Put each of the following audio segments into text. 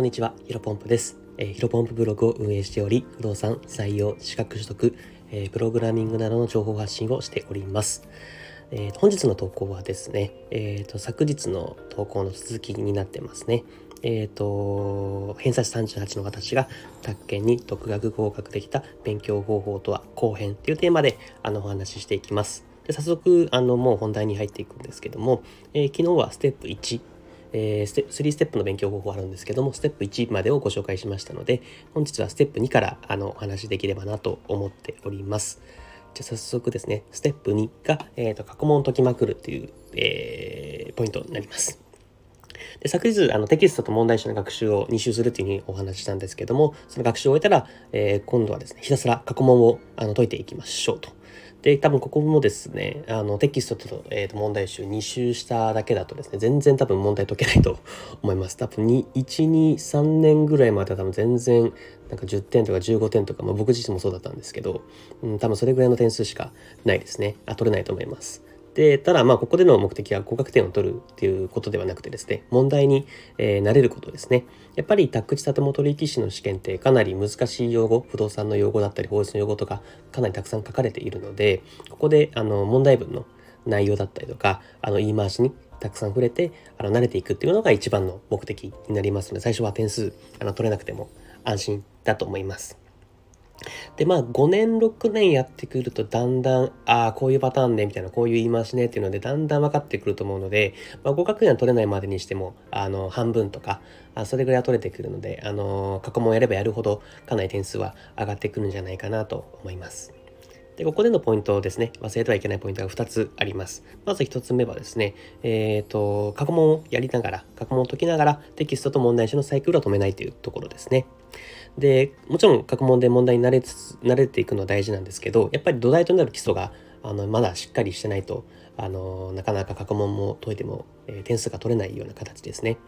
にちは、ヒロポンプです。ヒロポンプブログを運営しており、不動産、採用、資格取得、プログラミングなどの情報発信をしております。本日の投稿はですね、昨日の投稿の続きになってますね。偏差値38の私が宅建に独学合格できた勉強方法とは後編というテーマでお話ししていきます。で、早速もう本題に入っていくんですけども、昨日はステップ1、3ステップの勉強方法あるんですけども、ステップ1までをご紹介しましたので、本日はステップ2からお話しできればなと思っております。じゃあ早速ですね、ステップ2が、過去問を解きまくるという、ポイントになります。で、昨日テキストと問題集の学習を2週するというふうにお話ししたんですけども、その学習を終えたら、今度はですね、ひたすら過去問を解いていきましょうと。で、多分ここもですね、テキストと、問題集2周しただけだとですね、全然多分問題解けないと思います。多分1、2、3年ぐらいまでは多分全然なんか10点とか15点とか、僕自身もそうだったんですけど、多分それぐらいの点数しかないですね。取れないと思います。で、ただここでの目的は合格点を取るっていうことではなくてですね、問題に、慣れることですね。やっぱり宅地建物取引士の試験ってかなり難しい用語、不動産の用語だったり法律の用語とかかなりたくさん書かれているので、ここで問題文の内容だったりとか言い回しにたくさん触れて慣れていくっていうのが一番の目的になりますので、最初は点数取れなくても安心だと思います。で、5年、6年やってくるとだんだん、こういうパターンね、みたいな、こういう言い回しねっていうので、だんだん分かってくると思うので、合格点は取れないまでにしても、半分とか、それぐらいは取れてくるので、過去問やればやるほど、かなり点数は上がってくるんじゃないかなと思います。で、ここでのポイントですね、忘れてはいけないポイントが2つあります。まず1つ目はですね、過去問をやりながら、過去問を解きながら、テキストと問題集のサイクルを止めないというところですね。で、もちろん過去問で問題に慣れていくのは大事なんですけど、やっぱり土台となる基礎がまだしっかりしてないとなかなか過去問も解いても、点数が取れないような形ですね。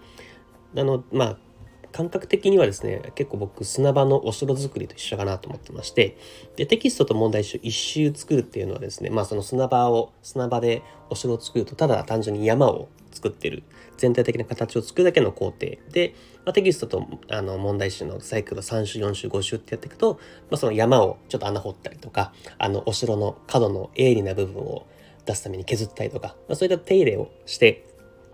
感覚的にはですね、結構僕砂場のお城作りと一緒かなと思ってまして、で、テキストと問題集一周作るっていうのはですね、その砂場でお城を作ると、ただ単純に山を作ってる全体的な形を作るだけの工程で、テキストと問題集のサイクルを3周4周5周ってやっていくと、その山をちょっと穴掘ったりとか、お城の角の鋭利な部分を出すために削ったりとか、そういった手入れをして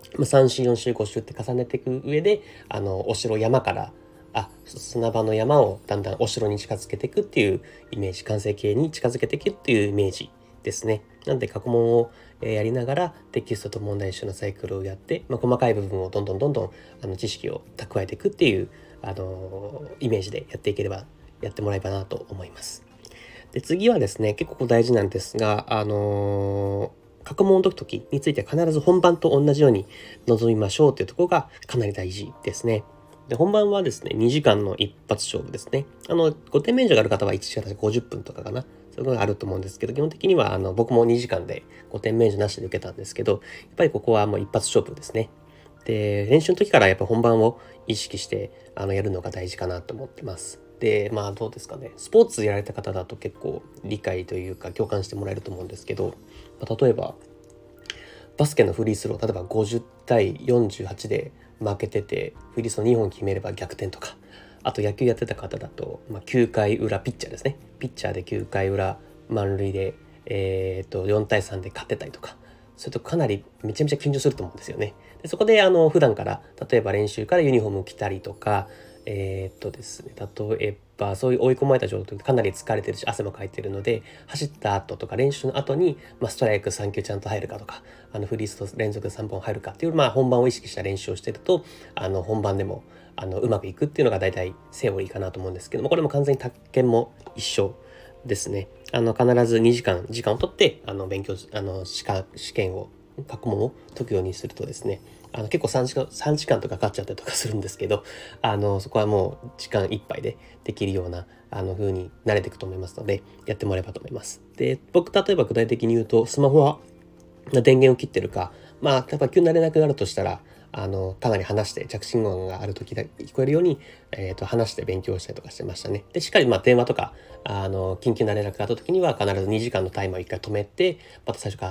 3週4週5週って重ねていく上でお城山から砂場の山をだんだんお城に近づけていくっていうイメージ、完成形に近づけていくっていうイメージですね。なので過去問をやりながらテキストと問題集のサイクルをやって、細かい部分をどんどん知識を蓄えていくっていうイメージでやってもらえばなと思います。で、次はですね、結構大事なんですが過去問を解くときについては必ず本番と同じように臨みましょうというところがかなり大事ですね。で、本番はですね、2時間の一発勝負ですね。5点免除がある方は1時間50分とかかな。そういうのがあると思うんですけど、基本的には僕も2時間で5点免除なしで受けたんですけど、やっぱりここはもう一発勝負ですね。で、練習の時からやっぱ本番を意識してやるのが大事かなと思ってます。で、どうですかね。スポーツやられた方だと結構理解というか共感してもらえると思うんですけど、例えばバスケのフリースロー、例えば50対48で負けててフリースロー2本決めれば逆転とか、あと野球やってた方だと、9回裏ピッチャーですね。ピッチャーで9回裏満塁で、4対3で勝てたりとか、それとかなりめちゃめちゃ緊張すると思うんですよね。で、そこで普段から例えば練習からユニフォームを着たりとか、ですね、例えばそういう追い込まれた状態でかなり疲れてるし汗もかいてるので、走った後とか練習の後に、ストライク3球ちゃんと入るかとか、フリースロー連続で3本入るかっていう、本番を意識した練習をしてると本番でもうまくいくっていうのが大体セオリーかなと思うんですけども、これも完全に宅建も一緒ですね。必ず2時間を取って勉強試験を過去問を解くようにするとですね、結構3時間とかかかっちゃったりとかするんですけど、そこはもう時間いっぱいでできるような風に慣れていくと思いますので、やってもらえばと思います。で、僕例えば具体的に言うと、スマホは電源を切ってるか、やっぱ急になれなくなるとしたらかなり離して着信音がある時だけ聞こえるように、離して勉強したりとかしてましたね。で、しっかり電話とか緊急な連絡があった時には必ず2時間のタイマーを1回止めて、また最初から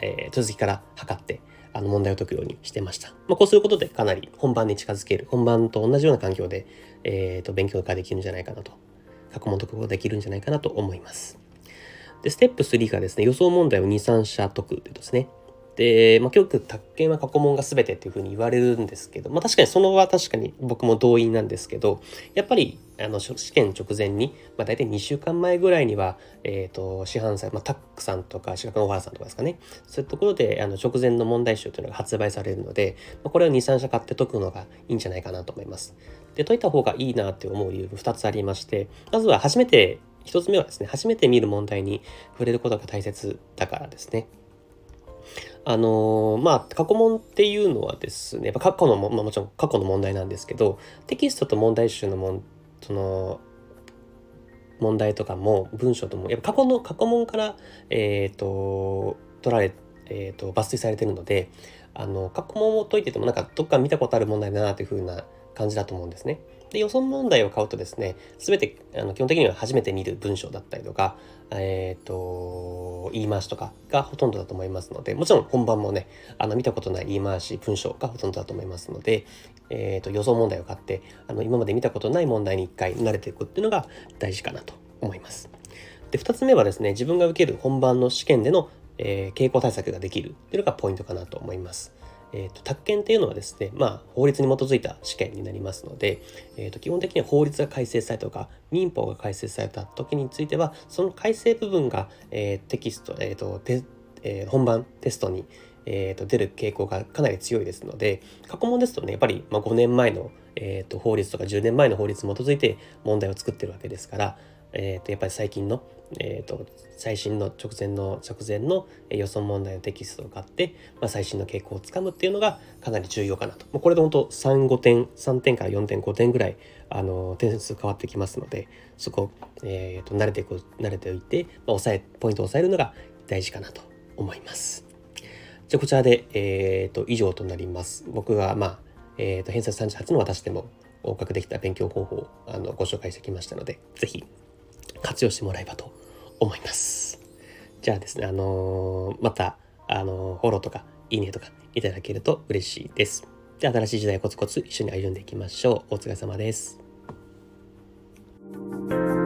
続きから測って問題を解くようにしてました。こうすることでかなり本番に近づける、本番と同じような環境で、勉強ができるんじゃないかなと、過去問解くことができるんじゃないかなと思います。で、ステップ3がですね、予想問題を2、3社解くというですね。で、よく宅建は過去問が全てっていうふうに言われるんですけど、確かにそのは確かに僕も同意なんですけど、やっぱり試験直前に、大体2週間前ぐらいには、市販祭、タックさんとか資格の小原さんとかですかね、そういうところで直前の問題集というのが発売されるので、これを2、3社買って解くのがいいんじゃないかなと思います。で、解いた方がいいなって思う理由2つありまして、まずは1つ目はですね、初めて見る問題に触れることが大切だからですね。過去問っていうのはですね、過去のも、もちろん過去の問題なんですけど、テキストと問題集のその問題とかも文章とも、やっぱ過去問から、取られ、抜粋されてるので、過去問を解いててもどっか見たことある問題だなというふうな感じだと思うんですね。で、予想問題を買うとですね、すべて基本的には初めて見る文章だったりとか、言い回しとかがほとんどだと思いますので、もちろん本番もね、見たことない言い回し、文章がほとんどだと思いますので、予想問題を買って、今まで見たことない問題に一回慣れていくっていうのが大事かなと思います。で、2つ目はですね、自分が受ける本番の試験での、傾向対策ができるっていうのがポイントかなと思います。宅建っていうのはですね、法律に基づいた試験になりますので、基本的には法律が改正されたとか、民法が改正された時については、その改正部分が、テキスト、本番テストに、出る傾向がかなり強いですので、過去問ですとね、やっぱり5年前の、法律とか10年前の法律に基づいて問題を作ってるわけですから、やっぱり最近の、最新の直前の予想問題のテキストを買って、最新の傾向をつかむっていうのがかなり重要かなと。これで本当3点から4.5点ぐらい点数変わってきますので、そこ、慣れておいて、ポイントを抑えるのが大事かなと思います。じゃあこちらで、以上となります。僕が偏差値38の私でも合格できた勉強方法をご紹介してきましたので、ぜひ活用してもらえばと思います。じゃあですね、またフォローとかいいねとかいただけると嬉しいです。で、新しい時代コツコツ一緒に歩んでいきましょう。お疲れ様です。